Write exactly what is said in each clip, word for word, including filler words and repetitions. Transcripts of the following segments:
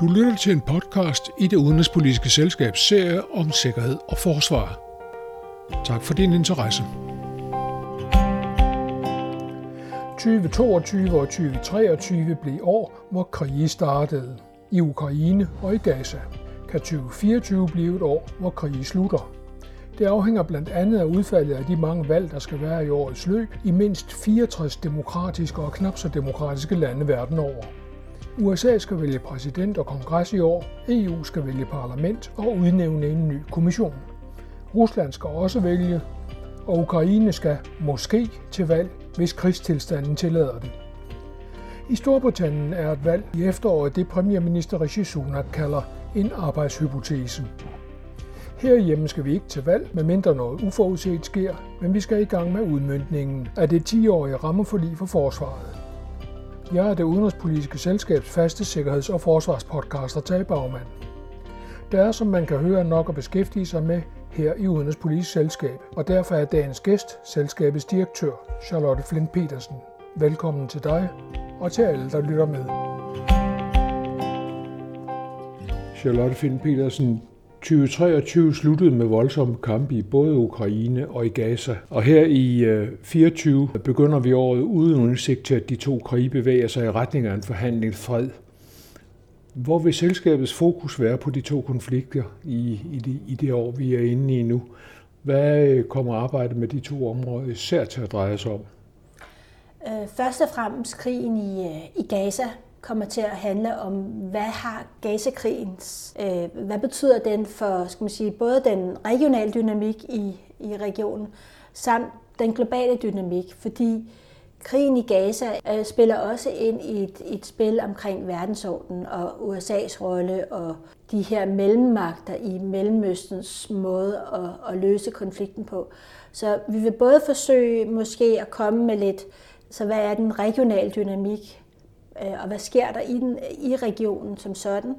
Du lytter til en podcast i Det Udenrigspolitiske Selskabs serie om sikkerhed og forsvar. Tak for din interesse. tyve toogtyve og tyve treogtyve blev år, hvor krige startede. I Ukraine og i Gaza. Kan tyve fireogtyve blive et år, hvor krige slutter? Det afhænger blandt andet af udfaldet af de mange valg, der skal være i årets løb i mindst fireogtres demokratiske og knap så demokratiske lande verden over. U S A skal vælge præsident og kongres i år, E U skal vælge parlament og udnævne en ny kommission. Rusland skal også vælge, og Ukraine skal måske til valg, hvis krigstilstanden tillader det. I Storbritannien er et valg i efteråret det premierminister Rishi Sunak kalder en arbejdshypotese. Herhjemme skal vi ikke til valg, medmindre noget uforudset sker, men vi skal i gang med udmøntningen af det ti-årige rammeforlig for forsvaret. Jeg er Det Udenrigspolitiske Selskabs faste sikkerheds- og forsvarspodcaster Tage Bagmand. Der er, som man kan høre, nok at beskæftige sig med her i Udenrigspolitisk Selskab, og derfor er dagens gæst selskabets direktør, Charlotte Flindt Petersen. Velkommen til dig, og til alle, der lytter med. Charlotte Flindt Petersen, tyve treogtyve sluttede med voldsomme kampe i både Ukraine og i Gaza. Og her i fireogtyve begynder vi året uden udsigt til, at de to krige bevæger sig i retning af en forhandlet fred. Hvor vil selskabets fokus være på de to konflikter i, i, de, i det år, vi er inde i nu? Hvad kommer arbejdet med de to områder især til at dreje sig om? Først og fremmest krigen i, i Gaza kommer til at handle om, hvad har Gaza-krigens, øh, hvad betyder den for, skal man sige, både den regionale dynamik i, i regionen, samt den globale dynamik, fordi krigen i Gaza øh, spiller også ind i et, et spil omkring verdensordenen og U S A's rolle og de her mellemmagter i Mellemøstens måde at, at løse konflikten på. Så vi vil både forsøge måske at komme med lidt, så hvad er den regionale dynamik, og hvad sker der i, den, i regionen som sådan,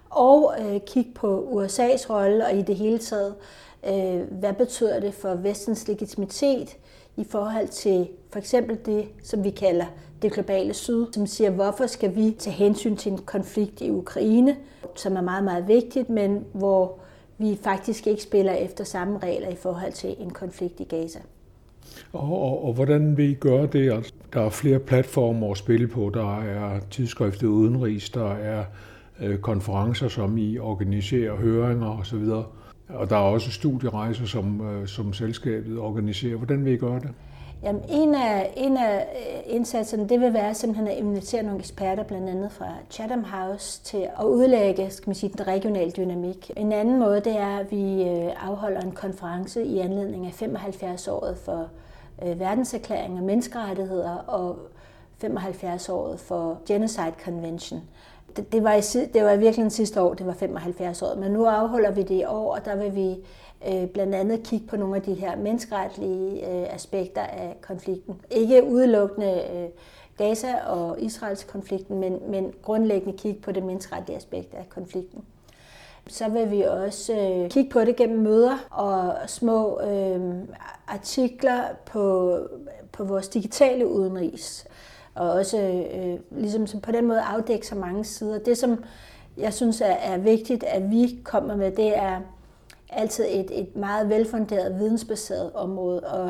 og øh, kigge på U S A's rolle, og i det hele taget, øh, hvad betyder det for vestens legitimitet i forhold til for eksempel det, som vi kalder det globale syd, som siger, hvorfor skal vi tage hensyn til en konflikt i Ukraine, som er meget, meget vigtigt, men hvor vi faktisk ikke spiller efter samme regler i forhold til en konflikt i Gaza. Og, og, og hvordan vil I gøre det? Altså, der er flere platformer at spille på. Der er tidsskriftet Udenrigs, der er øh, konferencer, som I organiserer, høringer osv. Og der er også studierejser, som, øh, som selskabet organiserer. Hvordan vil I gøre det? Jamen, en af, en af indsatserne, det vil være simpelthen at invitere nogle eksperter, blandt andet fra Chatham House, til at udlægge, skal man sige, den regionale dynamik. En anden måde, det er, at vi afholder en konference i anledning af femoghalvfjerds-året for verdenserklæringen af menneskerettigheder og femoghalvfjerds-året for Genocide Convention. Det, det, var i, det var i virkeligheden sidste år, det var femoghalvfjerds-året, men nu afholder vi det i år, og der vil vi øh, blandt andet kigge på nogle af de her menneskeretlige øh, aspekter af konflikten. Ikke udelukkende øh, Gaza og Israels konflikten, men, men grundlæggende kigge på det menneskeretlige aspekt af konflikten. Så vil vi også øh, kigge på det gennem møder og små øh, artikler på, på vores digitale udenrigs. Og også øh, ligesom på den måde afdække så mange sider. Det, som jeg synes er, er vigtigt, at vi kommer med, det er altid et, et meget velfunderet, vidensbaseret område. Og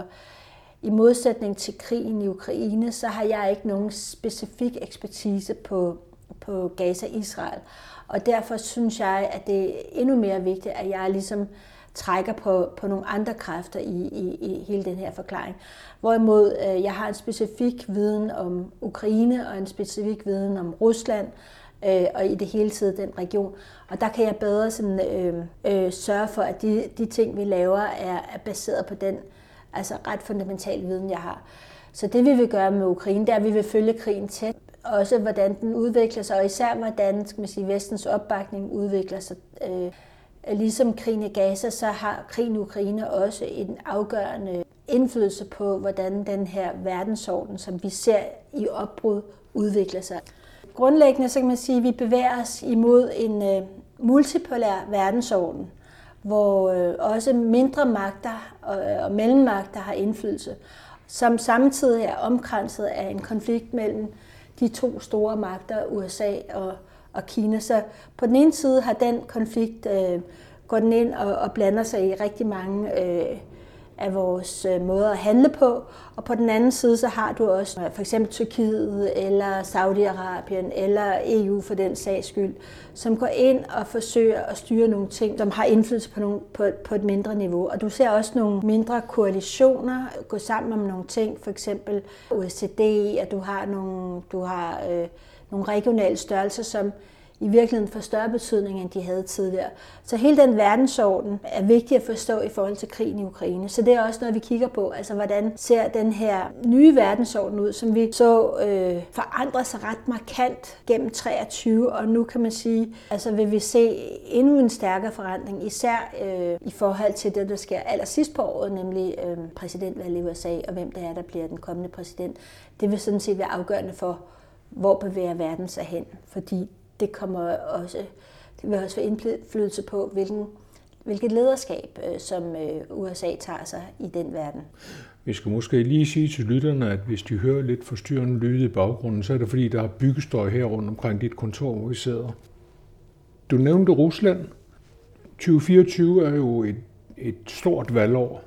i modsætning til krigen i Ukraine, så har jeg ikke nogen specifik ekspertise på, på Gaza-Israel. Og derfor synes jeg, at det er endnu mere vigtigt, at jeg ligesom trækker på, på nogle andre kræfter i, i, i hele den her forklaring. Hvorimod øh, jeg har en specifik viden om Ukraine og en specifik viden om Rusland øh, og i det hele taget den region. Og der kan jeg bedre sådan, øh, øh, sørge for, at de, de ting, vi laver, er, er baseret på den altså ret fundamentale viden, jeg har. Så det vi vil gøre med Ukraine, det er, at vi vil følge krigen tæt. Også hvordan den udvikler sig, og især hvordan skal man sige, vestens opbakning udvikler sig. Øh, Ligesom krigen i Gaza, så har krigen i Ukraine også en afgørende indflydelse på, hvordan den her verdensorden, som vi ser i opbrud, udvikler sig. Grundlæggende så kan man sige, at vi bevæger os imod en uh, multipolær verdensorden, hvor uh, også mindre magter og, og mellemmagter har indflydelse, som samtidig er omkranset af en konflikt mellem de to store magter, U S A og, og Kina. Så på den ene side har den konflikt øh, gået den ind og, og blander sig i rigtig mange øh, af vores øh, måder at handle på. Og på den anden side, så har du også for eksempel Tyrkiet eller Saudi-Arabien eller E U for den sags skyld, som går ind og forsøger at styre nogle ting, som har indflydelse på, nogle, på, på et mindre niveau. Og du ser også nogle mindre koalitioner gå sammen om nogle ting, for eksempel O E C D, og du har nogle, du har, øh, nogle regionale størrelser, som i virkeligheden får større betydning, end de havde tidligere. Så hele den verdensorden er vigtig at forstå i forhold til krigen i Ukraine. Så det er også noget, vi kigger på. Altså, hvordan ser den her nye verdensorden ud, som vi så øh, forandre sig ret markant gennem treogtyve, og nu kan man sige, altså vil vi se endnu en stærkere forandring, især øh, i forhold til det, der sker allersidst på året, nemlig øh, præsidentvalget i U S A, og hvem det er, der bliver den kommende præsident. Det vil sådan set være afgørende for, hvor bevæger verden sig hen, fordi det kommer også, det vil også få indflydelse på, hvilken, hvilket lederskab, som U S A tager sig i den verden. Vi skal måske lige sige til lytterne, at hvis de hører lidt forstyrrende lyde i baggrunden, så er det fordi, der er byggestøj her rundt omkring dit kontor, hvor vi sidder. Du nævnte Rusland. tyve fireogtyve er jo et, et stort valgår.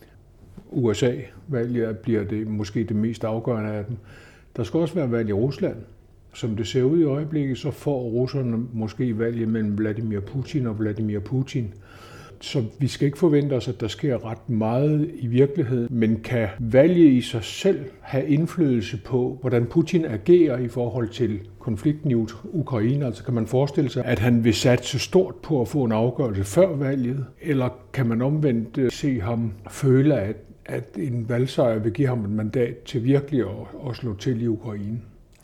U S A-valget bliver det måske det mest afgørende af dem. Der skal også være valg i Rusland. Som det ser ud i øjeblikket, så får russerne måske valget mellem Vladimir Putin og Vladimir Putin. Så vi skal ikke forvente os, at der sker ret meget i virkeligheden, men kan valget i sig selv have indflydelse på, hvordan Putin agerer i forhold til konflikten i Ukraine? Altså kan man forestille sig, at han vil satse stort på at få en afgørelse før valget, eller kan man omvendt se ham føle, at, at en valgsejr vil give ham et mandat til virkelig at, at slå til i Ukraine?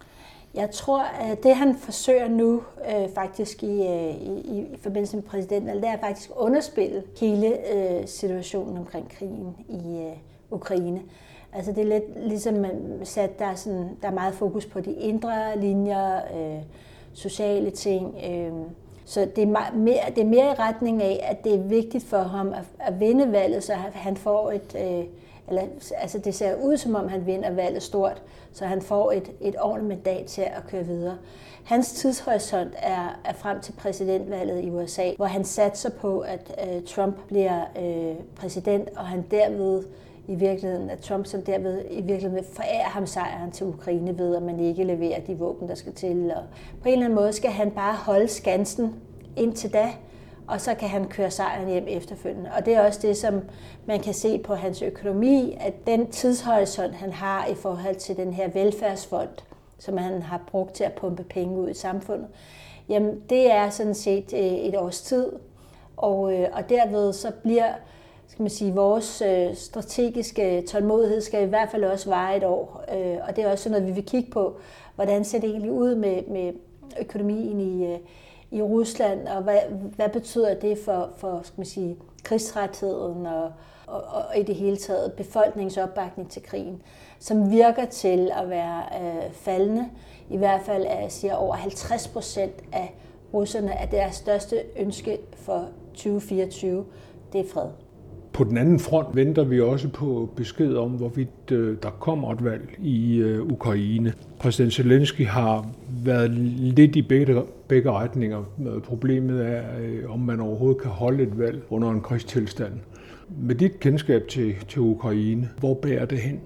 Jeg tror, at det han forsøger nu øh, faktisk i, øh, i, i forbindelse med præsidenten, det er faktisk at underspille hele øh, situationen omkring krigen i øh, Ukraine. Altså det er lidt ligesom sat, der er, sådan, der er meget fokus på de indre linjer, øh, sociale ting. Øh, så det er, meget, mere, det er mere i retning af, at det er vigtigt for ham at, at vinde valget, så han får et... Øh, Eller, altså det ser ud, som om han vinder valget stort, så han får et, et ordentligt mandat til at køre videre. Hans tidshorisont er, er frem til præsidentvalget i U S A, hvor han satser på, at øh, Trump bliver øh, præsident, og han derved i virkeligheden, at Trump som derved i virkeligheden vil forære ham sejren til Ukraine ved, at man ikke leverer de våben, der skal til. Og på en eller anden måde skal han bare holde skansen indtil da, og så kan han køre sejren hjem efterfølgende. Og det er også det, som man kan se på hans økonomi, at den tidshorisont, han har i forhold til den her velfærdsfond, som han har brugt til at pumpe penge ud i samfundet, jamen det er sådan set et års tid. Og, og derved så bliver, skal man sige, vores strategiske tålmodighed skal i hvert fald også vare et år. Og det er også noget, vi vil kigge på, hvordan ser det egentlig ud med, med økonomien i i Rusland, og hvad, hvad betyder det for, for skal man sige, krigsrettigheden og, og, og i det hele taget befolkningsopbakning til krigen, som virker til at være øh, faldende. I hvert fald er, siger over halvtreds procent af russerne, at deres største ønske for tyve fireogtyve, det er fred. På den anden front venter vi også på besked om, hvorvidt der kommer et valg i Ukraine. Præsident Zelensky har været lidt i begge, begge retninger. Problemet er, om man overhovedet kan holde et valg under en krigstilstand. Med dit kendskab til, til Ukraine, hvor bærer det hen?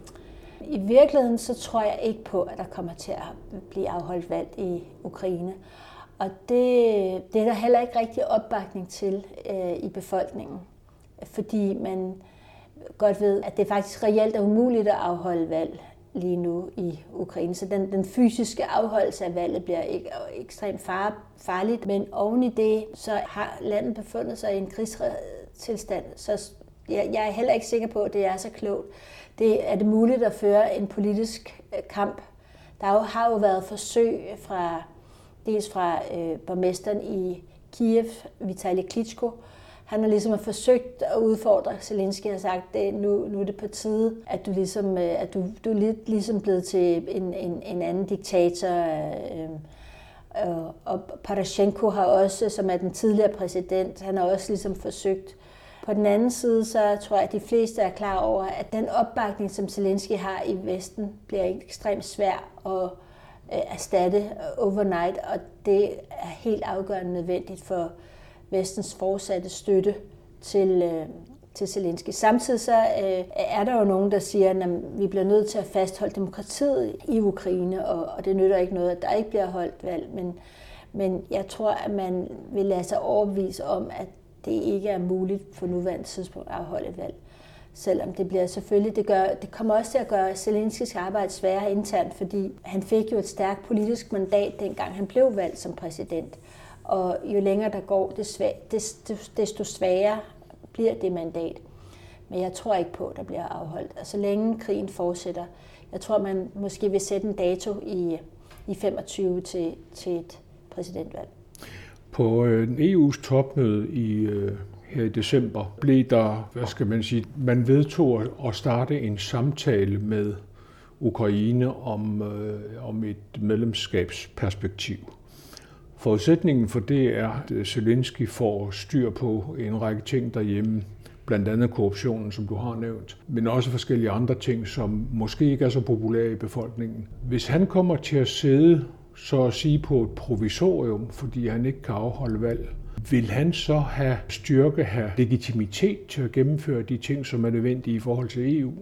I virkeligheden så tror jeg ikke på, at der kommer til at blive afholdt valg i Ukraine. Og det, det er der heller ikke rigtig opbakning til øh, i befolkningen. Fordi man godt ved, at det faktisk reelt er umuligt at afholde valg lige nu i Ukraine. Så den, den fysiske afholdelse af valget bliver ikke, ekstremt far, farligt. Men oven i det, så har landet befundet sig i en krigstilstand. Så jeg, jeg er heller ikke sikker på, at det er så klogt. Det er det muligt at føre en politisk kamp. Der har jo været forsøg fra, dels fra øh, borgmesteren i Kiev, Vitali Klitschko. Han har ligesom forsøgt at udfordre Zelensky og sagt, at nu, nu er det på tide, at du ligesom, at du, du er lidt ligesom blevet til en, en, en anden diktator. Og Poroshenko har også, som er den tidligere præsident, han har også ligesom forsøgt. På den anden side, så tror jeg, at de fleste er klar over, at den opbakning, som Zelensky har i Vesten, bliver ekstremt svær at erstatte overnight, og det er helt afgørende nødvendigt for Vestens fortsatte støtte til, til Zelensky. Samtidig så er der jo nogen, der siger, at vi bliver nødt til at fastholde demokratiet i Ukraine, og, og det nytter ikke noget, at der ikke bliver holdt valg, men, men jeg tror, at man vil lade sig overbevise om, at det ikke er muligt på nuværende tidspunkt at afholde et valg. Selvom det bliver selvfølgelig, det, gør, det kommer også til at gøre Zelenskys arbejde sværere internt, fordi han fik jo et stærkt politisk mandat, dengang han blev valgt som præsident. Og jo længere der går, desto sværere bliver det mandat. Men jeg tror ikke på, at der bliver afholdt. Altså, så længe krigen fortsætter, jeg tror, man måske vil sætte en dato i, i femogtyve til, til et præsidentvalg. På E U's topmøde i, her i december blev der, hvad skal man sige, man vedtog at starte en samtale med Ukraine om, øh, om et medlemskabsperspektiv. Forudsætningen for det er, at Zelensky får styr på en række ting derhjemme, blandt andet korruptionen, som du har nævnt, men også forskellige andre ting, som måske ikke er så populære i befolkningen. Hvis han kommer til at sidde, så at sige, på et provisorium, fordi han ikke kan afholde valg, vil han så have styrke, have legitimitet til at gennemføre de ting, som er nødvendige i forhold til E U?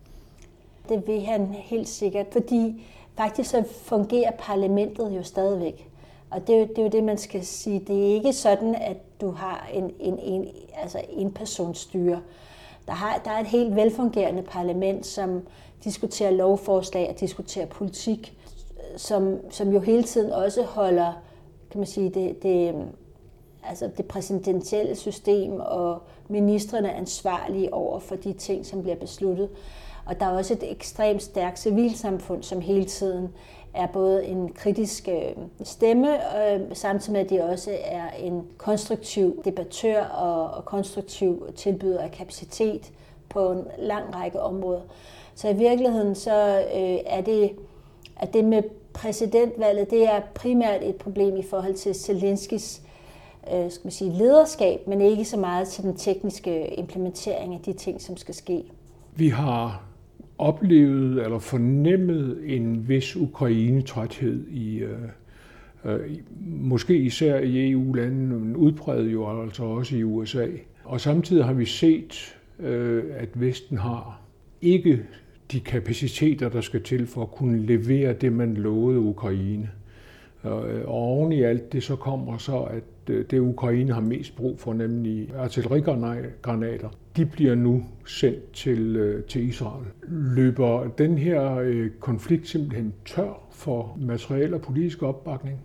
Det vil han helt sikkert, fordi faktisk så fungerer parlamentet jo stadigvæk. Og det er, jo, det er jo det, man skal sige. Det er ikke sådan, at du har en, en, en, altså en personstyre. Der, har, der er et helt velfungerende parlament, som diskuterer lovforslag og diskuterer politik, som, som jo hele tiden også holder, kan man sige, det, det, altså det præsidentielle system og ministrene ansvarlige over for de ting, som bliver besluttet. Og der er også et ekstremt stærkt civilsamfund, som hele tiden er både en kritisk stemme, samtidig med at de også er en konstruktiv debattør og, og konstruktiv tilbyder af kapacitet på en lang række områder. Så i virkeligheden så øh, er det, at det med præsidentvalget, det er primært et problem i forhold til Zelenskys øh, skal man sige, lederskab, men ikke så meget til den tekniske implementering af de ting, som skal ske. Vi har oplevet eller fornemmet en vis Ukraine-træthed i, øh, øh, måske især i E U-landene, men udbredt jo altså også i U S A. Og samtidig har vi set, øh, at Vesten har ikke de kapaciteter, der skal til for at kunne levere det, man lovede Ukraine. Og oven i alt det så kommer så, at det Ukraine har mest brug for, nemlig artillerigranater, de bliver nu sendt til, til Israel. Løber den her konflikt simpelthen tør for materiel og politisk opbakning?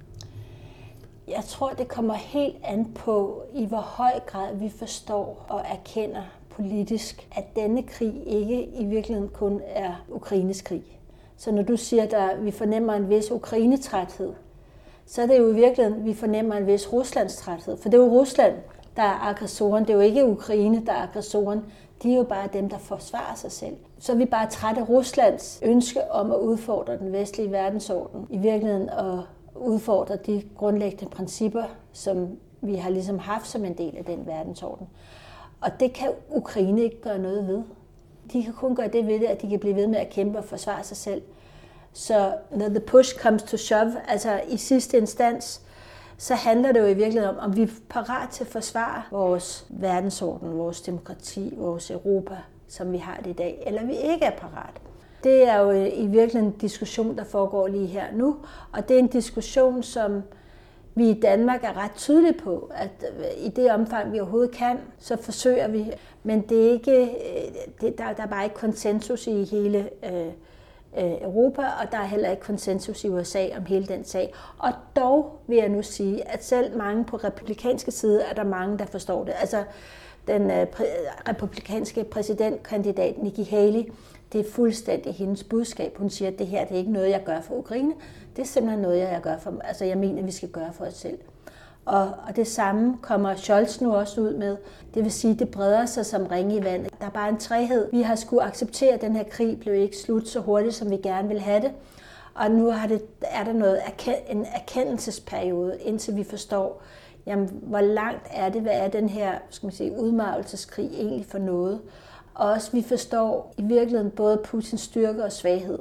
Jeg tror, det kommer helt an på, i hvor høj grad vi forstår og erkender politisk, at denne krig ikke i virkeligheden kun er Ukraines krig. Så når du siger, at vi fornemmer en vis Ukraine-træthed, så er det jo i virkeligheden, at vi fornemmer en vis Ruslands-træthed. For det er jo Rusland, der er aggressoren. Det er jo ikke Ukraine, der er aggressoren. De er jo bare dem, der forsvarer sig selv. Så er vi bare trætte af Ruslands ønske om at udfordre den vestlige verdensorden. I virkeligheden at udfordre de grundlæggende principper, som vi har ligesom haft som en del af den verdensorden. Og det kan Ukraine ikke gøre noget ved. De kan kun gøre det ved det, at de kan blive ved med at kæmpe og forsvare sig selv. Så når the push comes to shove, altså i sidste instans, så handler det jo i virkeligheden om, om vi er parat til at forsvare vores verdensorden, vores demokrati, vores Europa, som vi har det i dag, eller vi ikke er parat. Det er jo i virkeligheden en diskussion, der foregår lige her nu, og det er en diskussion, som vi i Danmark er ret tydelige på, at i det omfang, vi overhovedet kan, så forsøger vi, men det er ikke, det, der, der er bare ikke konsensus i hele øh, Europa, og der er heller ikke konsensus i U S A om hele den sag. Og dog vil jeg nu sige, at selv mange på republikanske side er der mange, der forstår det. Altså den øh, republikanske præsidentkandidat Nikki Haley, det er fuldstændig hendes budskab. Hun siger, at det her det er ikke noget, jeg gør for Ukraine. Det er simpelthen noget, jeg gør for, altså jeg mener, vi skal gøre for os selv. Og, og det samme kommer Scholz nu også ud med. Det vil sige, at det breder sig som ringe i vandet. Der er bare en træhed. Vi har skulle acceptere, at den her krig blev ikke slut så hurtigt, som vi gerne vil have det. Og nu har det, er der noget, en erkendelsesperiode, indtil vi forstår, jamen, hvor langt er det, hvad er den her skal man sige, udmarvelseskrig egentlig for noget. Og også vi forstår i virkeligheden både Putins styrke og svaghed.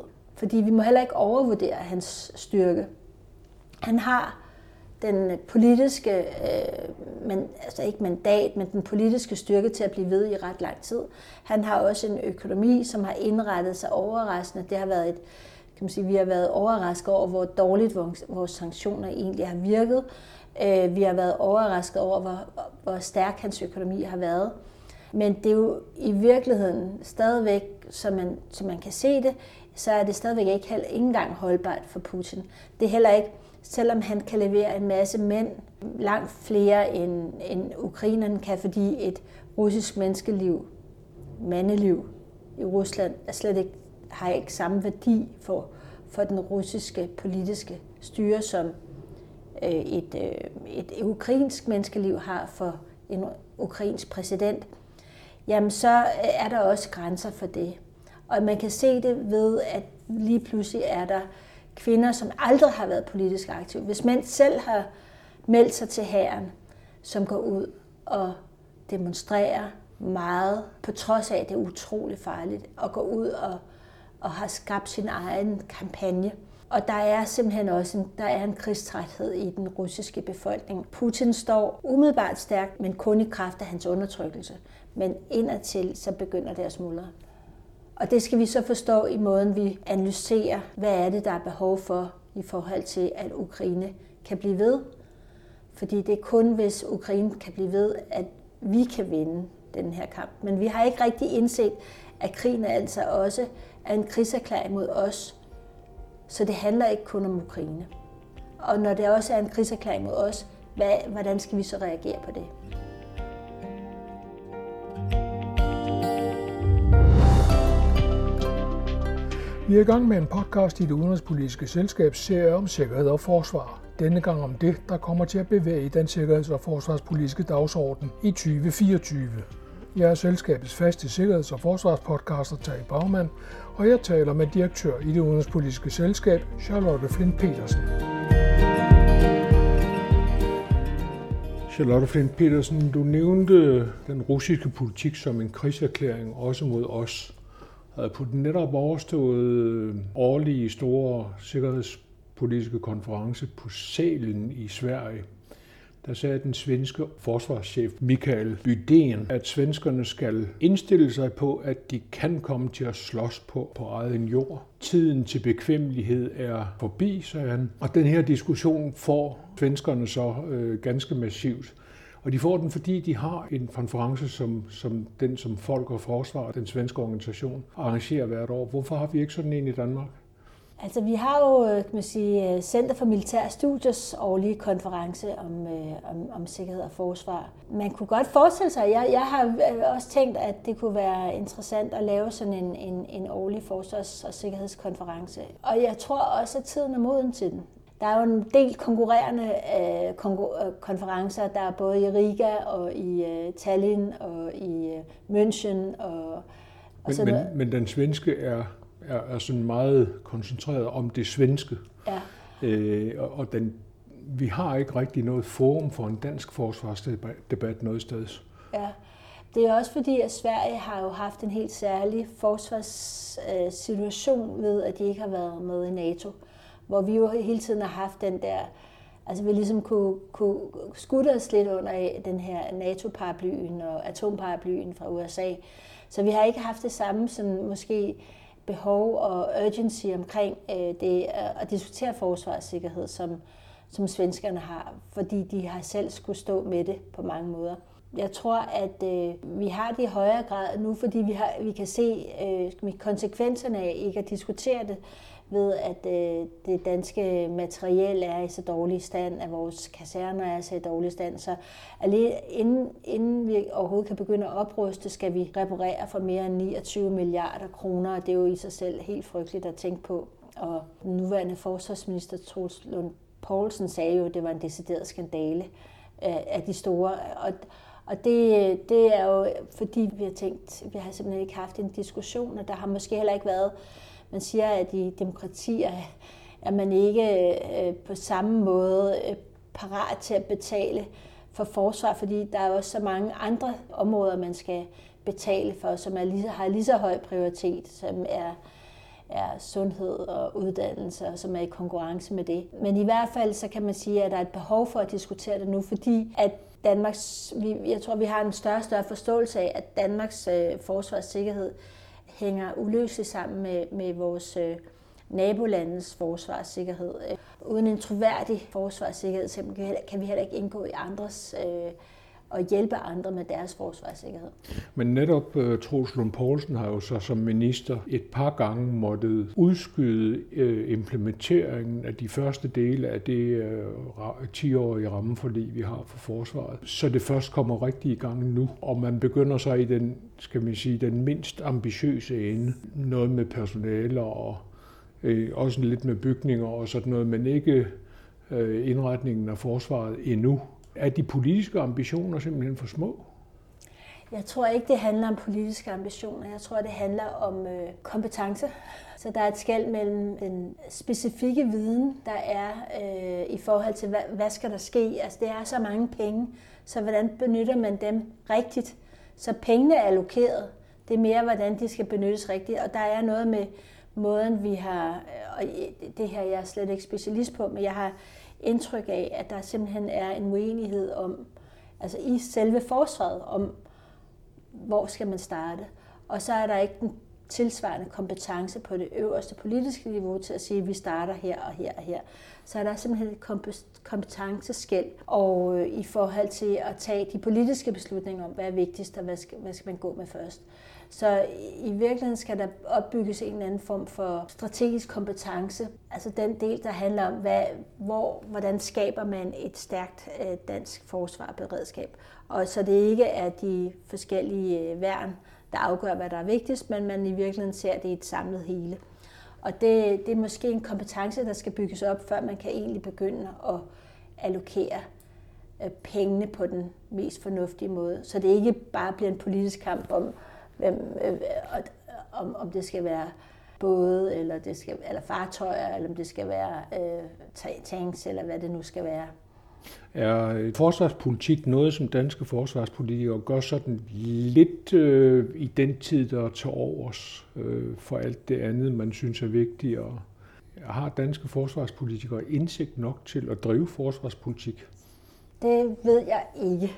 Fordi vi må heller ikke overvurdere hans styrke. Han har den politiske, øh, men, altså ikke mandat, men den politiske styrke til at blive ved i ret lang tid. Han har også en økonomi, som har indrettet sig overraskende. Det har været et, kan man sige, vi har været overrasket over, hvor dårligt vores sanktioner egentlig har virket. Vi har været overrasket over, hvor, hvor stærk hans økonomi har været. Men det er jo i virkeligheden stadigvæk, som man, som man kan se det, så er det stadigvæk ikke, ikke engang holdbart for Putin. Det er heller ikke, selvom han kan levere en masse mænd, langt flere end, end ukrainerne kan, fordi et russisk menneskeliv, mandeliv i Rusland, er slet ikke, har ikke samme værdi for, for den russiske politiske styre, som et, et ukrainsk menneskeliv har for en ukrainsk præsident. Jamen så er der også grænser for det. Og man kan se det ved, at lige pludselig er der kvinder, som aldrig har været politisk aktive. Hvis mænd selv har meldt sig til hæren, som går ud og demonstrerer meget, på trods af, at det er utroligt farligt, og går ud og, og har skabt sin egen kampagne. Og der er simpelthen også en, der er en krigstræthed i den russiske befolkning. Putin står umiddelbart stærkt, men kun i kraft af hans undertrykkelse. Men indadtil, så begynder det at smuldre. Og det skal vi så forstå i måden, vi analyserer, hvad er det, der er behov for i forhold til, at Ukraine kan blive ved. Fordi det er kun, hvis Ukraine kan blive ved, at vi kan vinde den her kamp. Men vi har ikke rigtig indset, at krigen altså også er en krigserklæring mod os. Så det handler ikke kun om Ukraine. Og når det også er en krigserklæring mod os, hvad, hvordan skal vi så reagere på det? Vi er i gang med en podcast i Det Udenrigspolitiske Selskabs serie om sikkerhed og forsvar. Denne gang om det, der kommer til at bevæge den sikkerheds- og forsvarspolitiske dagsorden i tyve fireogtyve. Jeg er selskabets faste sikkerheds- og forsvarspodcaster Tage Bagmann, og jeg taler med direktør i Det Udenrigspolitiske Selskab, Charlotte Flint Petersen. Charlotte Flint Petersen, du nævnte den russiske politik som en krigserklæring også mod os. På den netop overståede årlige store sikkerhedspolitiske konference på Sälen i Sverige, der sagde den svenske forsvarschef Mikael Bydén, at svenskerne skal indstille sig på, at de kan komme til at slås på, på egen jord. Tiden til bekvemmelighed er forbi, sagde han. Og den her diskussion får svenskerne så øh, ganske massivt. Og de får den, fordi de har en konference, som, som den som Folk og Forsvar, den svenske organisation, arrangerer hvert år. Hvorfor har vi ikke sådan en i Danmark? Altså, vi har jo, kan man sige, Center for Militære Studiers årlige konference om, om, om sikkerhed og forsvar. Man kunne godt forestille sig, jeg, jeg har også tænkt, at det kunne være interessant at lave sådan en, en, en årlig forsvars- og sikkerhedskonference. Og jeg tror også, at tiden er moden til den. Der er jo en del konkurrerende øh, konferencer, der er både i Riga og i øh, Tallinn og i øh, München. Og, og men, sådan men, men den svenske er, er, er sådan meget koncentreret om det svenske. Ja. Øh, og og den, vi har ikke rigtig noget forum for en dansk forsvarsdebat noget sted. Ja. Det er også fordi, at Sverige har jo haft en helt særlig forsvarssituation ved, at de ikke har været med i NATO. Hvor vi jo hele tiden har haft den der, altså vi ligesom kunne, kunne skutte os lidt under den her NATO-paraplyen og atomparaplyen fra U S A. Så vi har ikke haft det samme sådan, måske behov og urgency omkring øh, det at diskutere forsvarssikkerhed, som, som svenskerne har, fordi de har selv skulle stå med det på mange måder. Jeg tror, at øh, vi har det i højere grad nu, fordi vi, har, vi kan se øh, konsekvenserne af ikke at diskutere det, ved at øh, det danske materiel er i så dårlig stand, at vores kaserner er i så dårlig stand. Så alene inden, inden vi overhovedet kan begynde at opruste, skal vi reparere for mere end niogtyve milliarder kroner, og det er jo i sig selv helt frygteligt at tænke på. Og den nuværende forsvarsminister Troels Lund Poulsen sagde jo, at det var en decideret skandale af de store. Og, og det, det er jo fordi, vi har tænkt, vi har simpelthen ikke haft en diskussion, og der har måske heller ikke været. Man siger, at i demokratier er man ikke øh, på samme måde øh, parat til at betale for forsvar, fordi der er også så mange andre områder, man skal betale for, som er lige, har lige så høj prioritet, som er, er sundhed og uddannelse, som er i konkurrence med det. Men i hvert fald så kan man sige, at der er et behov for at diskutere det nu, fordi at Danmarks, jeg tror, vi har en større og større forståelse af, at Danmarks øh, forsvarssikkerhed hænger uløseligt sammen med, med vores øh, nabolandets forsvarssikkerhed. Uden en troværdig forsvarssikkerhed simpelthen kan vi heller ikke indgå i andres øh, og hjælpe andre med deres forsvarssikkerhed. Men netop uh, Troels Lund Poulsen har jo så som minister et par gange måttet udskyde uh, implementeringen af de første dele af det uh, ti-årige rammeforlig, vi har for forsvaret. Så det først kommer rigtig i gang nu, og man begynder så i den, skal man sige, den mindst ambitiøse ende. Noget med personale og uh, også lidt med bygninger og sådan noget, men ikke uh, indretningen af forsvaret endnu. Er de politiske ambitioner simpelthen for små? Jeg tror ikke, det handler om politiske ambitioner. Jeg tror, det handler om øh, kompetence. Så der er et skel mellem den specifikke viden, der er øh, i forhold til, hvad, hvad skal der ske. Altså, det er så mange penge, så hvordan benytter man dem rigtigt? Så pengene er allokeret. Det er mere, hvordan de skal benyttes rigtigt. Og der er noget med måden, vi har, og det her jeg er slet ikke specialist på, men jeg har indtryk af, at der simpelthen er en uenighed om, altså i selve forsvaret, om hvor skal man starte. Og så er der ikke den tilsvarende kompetence på det øverste politiske niveau til at sige, at vi starter her og her og her. Så er der simpelthen et kompetenceskel, og øh, i forhold til at tage de politiske beslutninger om, hvad er vigtigst, og hvad skal, hvad skal man gå med først. Så i virkeligheden skal der opbygges en eller anden form for strategisk kompetence. Altså den del, der handler om, hvad, hvor, hvordan skaber man et stærkt øh, dansk forsvar og beredskab. Og så det ikke er de forskellige øh, værn, der afgør, hvad der er vigtigst, men man i virkeligheden ser det i et samlet hele. Og det, det er måske en kompetence, der skal bygges op, før man kan egentlig begynde at allokere øh, pengene på den mest fornuftige måde. Så det ikke bare bliver en politisk kamp om, Hvem, øh, om, om det skal være både, eller, det skal, eller fartøjer, eller om det skal være øh, tanks, eller hvad det nu skal være. Er forsvarspolitik noget, som danske forsvarspolitikere gør sådan lidt øh, i den tid, der tager overs øh, for alt det andet, man synes er vigtigere? Har danske forsvarspolitikere indsigt nok til at drive forsvarspolitik? Det ved jeg ikke.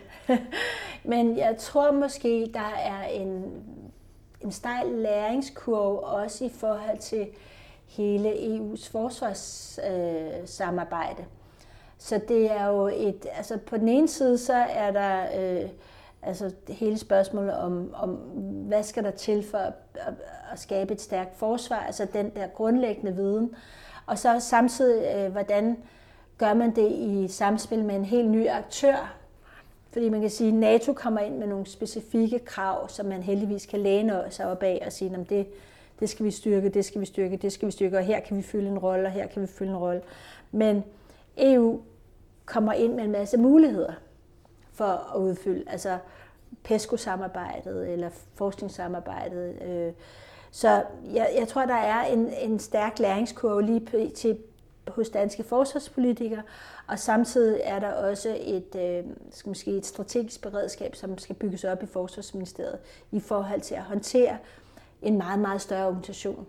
Men jeg tror måske, der er en, en stejl læringskurve også i forhold til hele E U's forsvarssamarbejde. Øh, så det er jo et, altså på den ene side, så er der øh, altså hele spørgsmålet om, om, hvad skal der til for at, at, at skabe et stærkt forsvar, altså den der grundlæggende viden. Og så samtidig, øh, hvordan gør man det i samspil med en helt ny aktør. Fordi man kan sige, at NATO kommer ind med nogle specifikke krav, som man heldigvis kan læne sig op af og sige, at det, det skal vi styrke, det skal vi styrke, det skal vi styrke, og her kan vi fylde en rolle, og her kan vi fylde en rolle. Men E U kommer ind med en masse muligheder for at udfylde, altså PESCO-samarbejdet eller forskningssamarbejdet. Så jeg, jeg tror, der er en, en stærk læringskurve lige til hos danske forsvarspolitikere, og samtidig er der også et, øh, skal måske et strategisk beredskab, som skal bygges op i Forsvarsministeriet i forhold til at håndtere en meget, meget større organisation.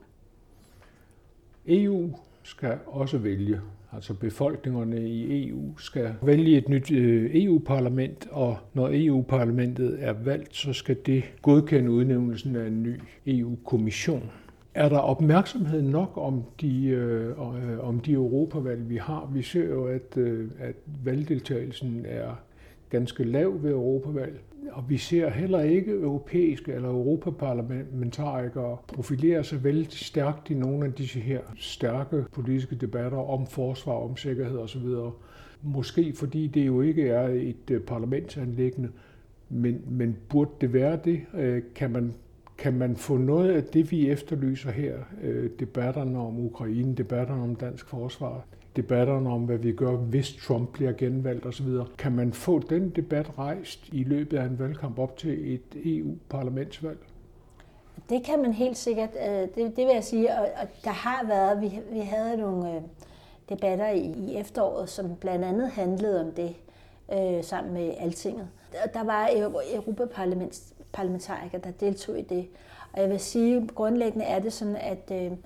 E U skal også vælge, altså befolkningerne i E U skal vælge et nyt E U-parlament, og når E U-parlamentet er valgt, så skal det godkende udnævnelsen af en ny E U-kommission. Er der opmærksomhed nok om de, øh, om de europavalg, vi har? Vi ser jo, at, øh, at valgdeltagelsen er ganske lav ved europavalg, og vi ser heller ikke europæiske eller europaparlamentarikere profilere sig vældig stærkt i nogle af disse her stærke politiske debatter om forsvar, om sikkerhed osv. Måske fordi det jo ikke er et parlamentsanliggende, men, men burde det være det? Kan man Kan man få noget af det, vi efterlyser her, debatterne om Ukraine, debatterne om dansk forsvar, debatterne om, hvad vi gør, hvis Trump bliver genvalgt osv., kan man få den debat rejst i løbet af en valgkamp op til et E U-parlamentsvalg? Det kan man helt sikkert. Det, det vil jeg sige, og, og der har været, vi, vi havde nogle debatter i, i efteråret, som blandt andet handlede om det, øh, sammen med Altinget. Der var europaparlamentarikere, der deltog i det. Og jeg vil sige, grundlæggende er det sådan, at øh,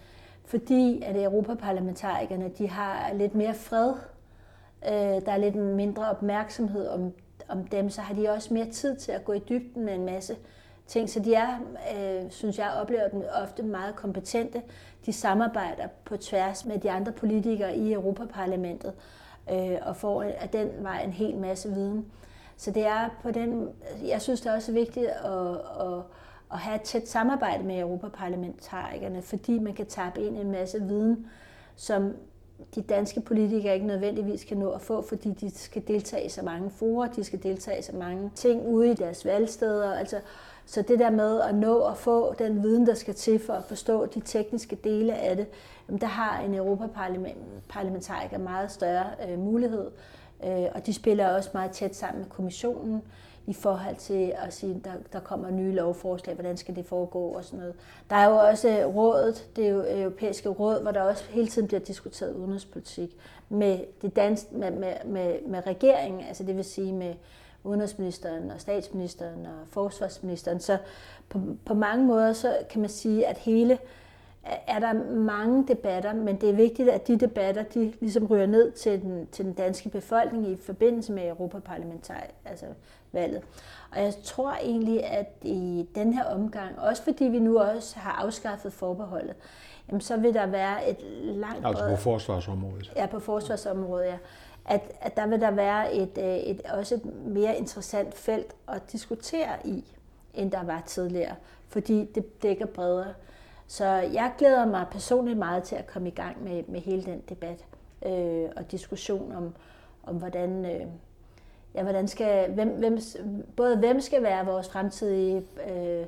fordi at europaparlamentarikerne de har lidt mere fred, øh, der er lidt mindre opmærksomhed om, om dem, så har de også mere tid til at gå i dybden med en masse ting. Så de er, øh, synes jeg, oplever dem ofte meget kompetente. De samarbejder på tværs med de andre politikere i Europaparlamentet øh, og får af den vej en hel masse viden. Så det er på den, jeg synes, det er også vigtigt at, at, at have et tæt samarbejde med europaparlamentarikerne, fordi man kan tappe ind i en masse viden, som de danske politikere ikke nødvendigvis kan nå at få, fordi de skal deltage i så mange fora, de skal deltage i så mange ting ude i deres valgsteder. Altså, så det der med at nå at få den viden, der skal til for at forstå de tekniske dele af det, der har en europaparlamentariker meget større øh, mulighed. Og de spiller også meget tæt sammen med kommissionen i forhold til at sige, at der, der kommer nye lovforslag, hvordan skal det foregå og sådan noget. Der er jo også rådet, det er jo europæiske råd, hvor der også hele tiden bliver diskuteret udenrigspolitik med, det dansk, med, med, med, med regeringen, altså det vil sige med udenrigsministeren og statsministeren og forsvarsministeren. Så på, på mange måder så kan man sige, at hele er der mange debatter, men det er vigtigt, at de debatter de ligesom ryger ned til den, til den danske befolkning i forbindelse med Europaparlamentarikerne, altså valget. Og jeg tror egentlig, at i den her omgang, også fordi vi nu også har afskaffet forbeholdet, jamen så vil der være et langt... Altså på forsvarsområdet. Ja, på forsvarsområdet, ja. At, at der vil der være et, et, også et mere interessant felt at diskutere i, end der var tidligere, fordi det dækker bredere. Så jeg glæder mig personligt meget til at komme i gang med, med hele den debat øh, og diskussion om, om hvordan, øh, ja, hvordan skal, hvem, hvem, både hvem skal være vores fremtidige øh,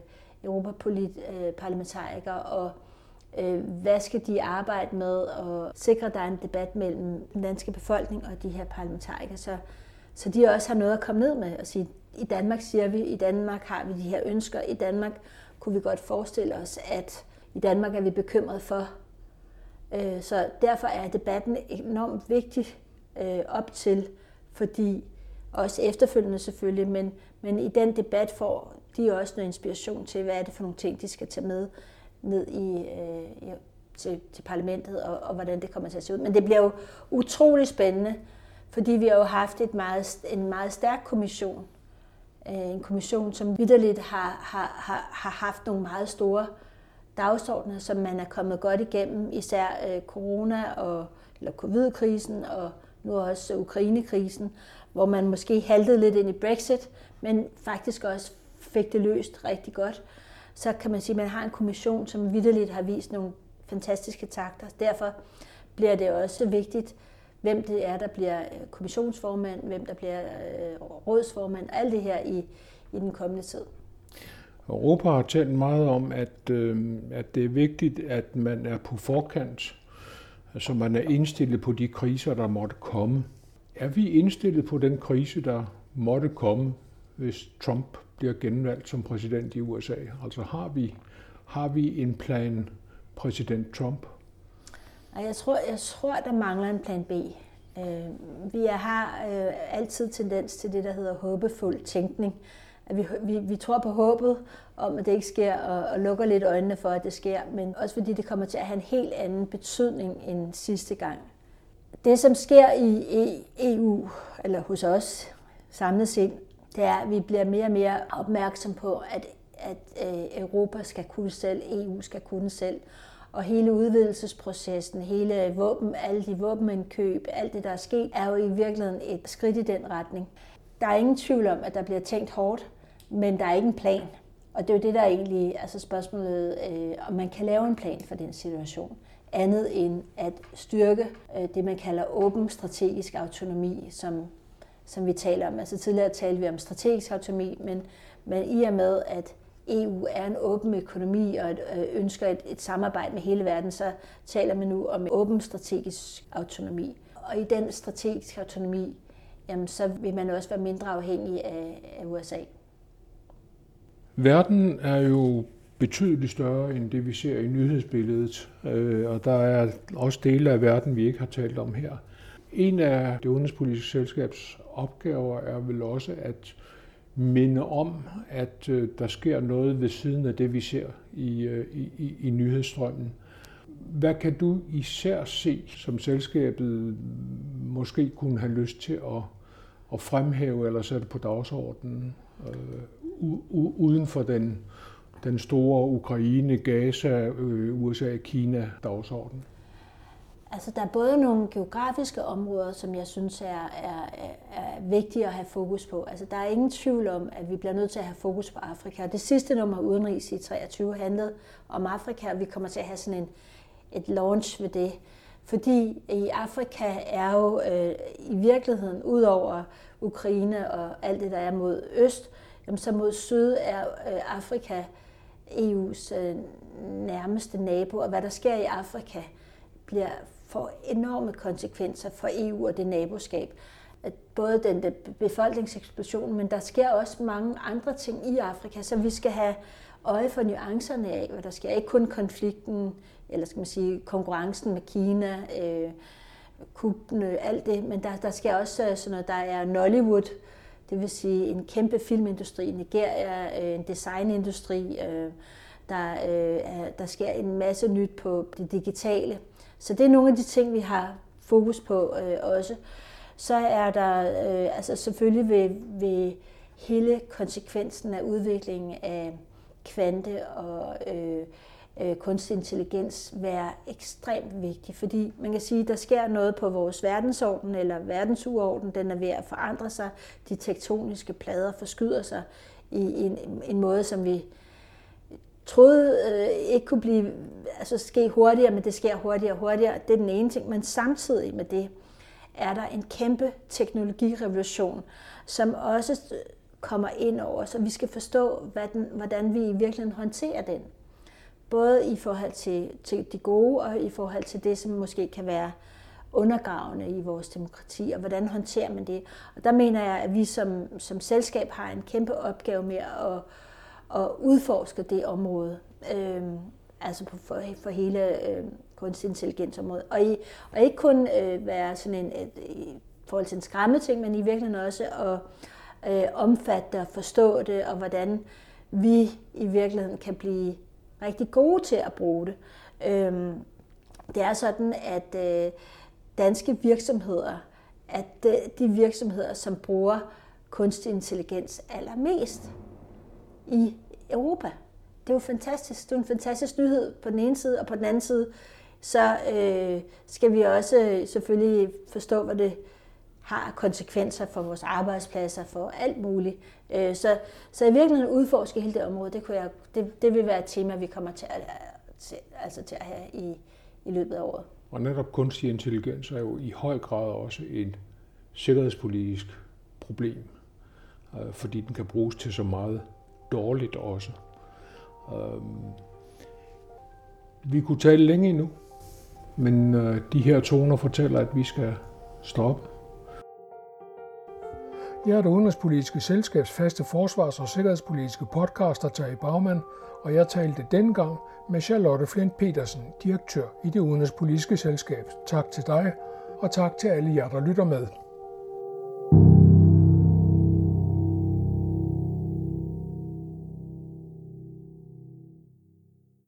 europaparlamentarikere, og øh, hvad skal de arbejde med og sikre, at der er en debat mellem den danske befolkning og de her parlamentarikere, så, så de også har noget at komme ned med og sige, i Danmark siger vi, i Danmark har vi de her ønsker, i Danmark kunne vi godt forestille os, at i Danmark er vi bekymret for. Så derfor er debatten enormt vigtig op til, fordi også efterfølgende selvfølgelig, men, men i den debat får de også noget inspiration til, hvad er det for nogle ting, de skal tage med ned i, i, til, til parlamentet, og, og hvordan det kommer til at se ud. Men det bliver jo utrolig spændende, fordi vi har jo haft et meget, en meget stærk kommission. En kommission, som vitterligt har, har, har, har haft nogle meget store dagsordner, som man er kommet godt igennem, især øh, corona og eller covid-krisen og nu også Ukraine-krisen, hvor man måske haltede lidt ind i Brexit, men faktisk også fik det løst rigtig godt. Så kan man sige, at man har en kommission, som vitterligt har vist nogle fantastiske takter. Derfor bliver det også vigtigt, hvem det er, der bliver kommissionsformand, hvem der bliver øh, rådsformand, alt det her i, i den kommende tid. Europa har talt meget om, at, øh, at det er vigtigt, at man er på forkant, altså man er indstillet på de kriser, der måtte komme. Er vi indstillet på den krise, der måtte komme, hvis Trump bliver genvalgt som præsident i U S A? Altså har vi, har vi en plan præsident Trump? Jeg tror, jeg tror, der mangler en plan B. Vi har altid tendens til det, der hedder håbefuld tænkning. At vi, vi, vi tror på håbet om, at det ikke sker, og, og lukker lidt øjnene for, at det sker, men også fordi det kommer til at have en helt anden betydning end sidste gang. Det, som sker i E U, eller hos os samlet set, det er, at vi bliver mere og mere opmærksom på, at, at Europa skal kunne selv, E U skal kunne selv, og hele udvidelsesprocessen, hele våben, alle de våbenindkøb, alt det, der er sket, er jo i virkeligheden et skridt i den retning. Der er ingen tvivl om, at der bliver tænkt hårdt, men der er ikke en plan. Og det er jo det, der er egentlig altså spørgsmålet, øh, om man kan lave en plan for den situation. Andet end at styrke øh, det, man kalder åben strategisk autonomi, som, som vi taler om. Altså tidligere talte vi om strategisk autonomi, men, men i og med, at E U er en åben økonomi og et, øh, ønsker et, et samarbejde med hele verden, så taler man nu om åben strategisk autonomi. Og i den strategiske autonomi, jamen, så vil man også være mindre afhængig af, af U S A. Verden er jo betydeligt større end det, vi ser i nyhedsbilledet, og der er også dele af verden, vi ikke har talt om her. En af det udenrigspolitiske selskabs opgaver er vel også at minde om, at der sker noget ved siden af det, vi ser i, i, i nyhedsstrømmen. Hvad kan du især se, som selskabet måske kunne have lyst til at, at fremhæve eller sætte på dagsordenen øh, u- uden for den, den store Ukraine, Gaza, øh, U S A, Kina dagsorden? Altså, der er både nogle geografiske områder, som jeg synes er, er, er vigtige at have fokus på. Altså, der er ingen tvivl om, at vi bliver nødt til at have fokus på Afrika. Det sidste nummer udenrigs i treogtyve handlede om Afrika, og vi kommer til at have sådan en, et launch ved det. Fordi i Afrika er jo øh, i virkeligheden, ud over Ukraine og alt det, der er mod øst, jamen, så mod syd er øh, Afrika E U's øh, nærmeste nabo, og hvad der sker i Afrika, bliver får enorme konsekvenser for E U og det naboskab. Både den befolkningseksplosion, men der sker også mange andre ting i Afrika, så vi skal have øje for nuancerne af, hvad der sker. Ikke kun konflikten, eller skal man sige konkurrencen med Kina, øh, kuppene, alt det, men der, der sker også sådan noget, der er Nollywood, det vil sige en kæmpe filmindustri i Nigeria, øh, en designindustri, øh, der, øh, er, der sker en masse nyt på det digitale. Så det er nogle af de ting, vi har fokus på øh, også. Så er der øh, altså selvfølgelig ved, ved hele konsekvensen af udviklingen af kvante og øh, øh, kunstig intelligens være ekstremt vigtig, fordi man kan sige, at der sker noget på vores verdensorden eller verdensuorden, den er ved at forandre sig, de tektoniske plader forskyder sig i en, en måde, som vi troede øh, ikke kunne blive, altså ske hurtigere, men det sker hurtigere og hurtigere. Det er den ene ting, men samtidig med det er der en kæmpe teknologirevolution, som også kommer ind over, så vi skal forstå, hvad den, hvordan vi i virkeligheden håndterer den. Både i forhold til, til de gode, og i forhold til det, som måske kan være undergravende i vores demokrati, og hvordan håndterer man det. Og der mener jeg, at vi som, som selskab har en kæmpe opgave med at og udforske det område, øh, altså for, for hele øh, kunstig intelligensområdet. Og, i, og ikke kun øh, være sådan en, et, i forhold til en skræmmeting, men i virkeligheden også at øh, omfatte og forstå det, og hvordan vi i virkeligheden kan blive rigtig gode til at bruge det. Øh, det er sådan, at øh, danske virksomheder, at de, de virksomheder, som bruger kunstig intelligens allermest i Europa. Det er jo fantastisk. Det er en fantastisk nyhed på den ene side, og på den anden side, så øh, skal vi også selvfølgelig forstå, hvad det har konsekvenser for vores arbejdspladser, for alt muligt. Øh, så, så i virkeligheden udforske hele det område, det, kunne jeg, det, det vil være et tema, vi kommer til at, til, altså til at have i, i løbet af året. Og netop kunstig intelligens er jo i høj grad også et sikkerhedspolitisk problem, øh, fordi den kan bruges til så meget dårligt også. Øhm, vi kunne tale længe endnu, men øh, de her toner fortæller, at vi skal stoppe. Jeg er det udenrigspolitiske selskabs faste forsvars- og sikkerhedspolitiske podcaster, Terje Baumann, og jeg talte denne gang med Charlotte Flint Petersen, direktør i det udenrigspolitiske selskab. Tak til dig, og tak til alle jer, der lytter med.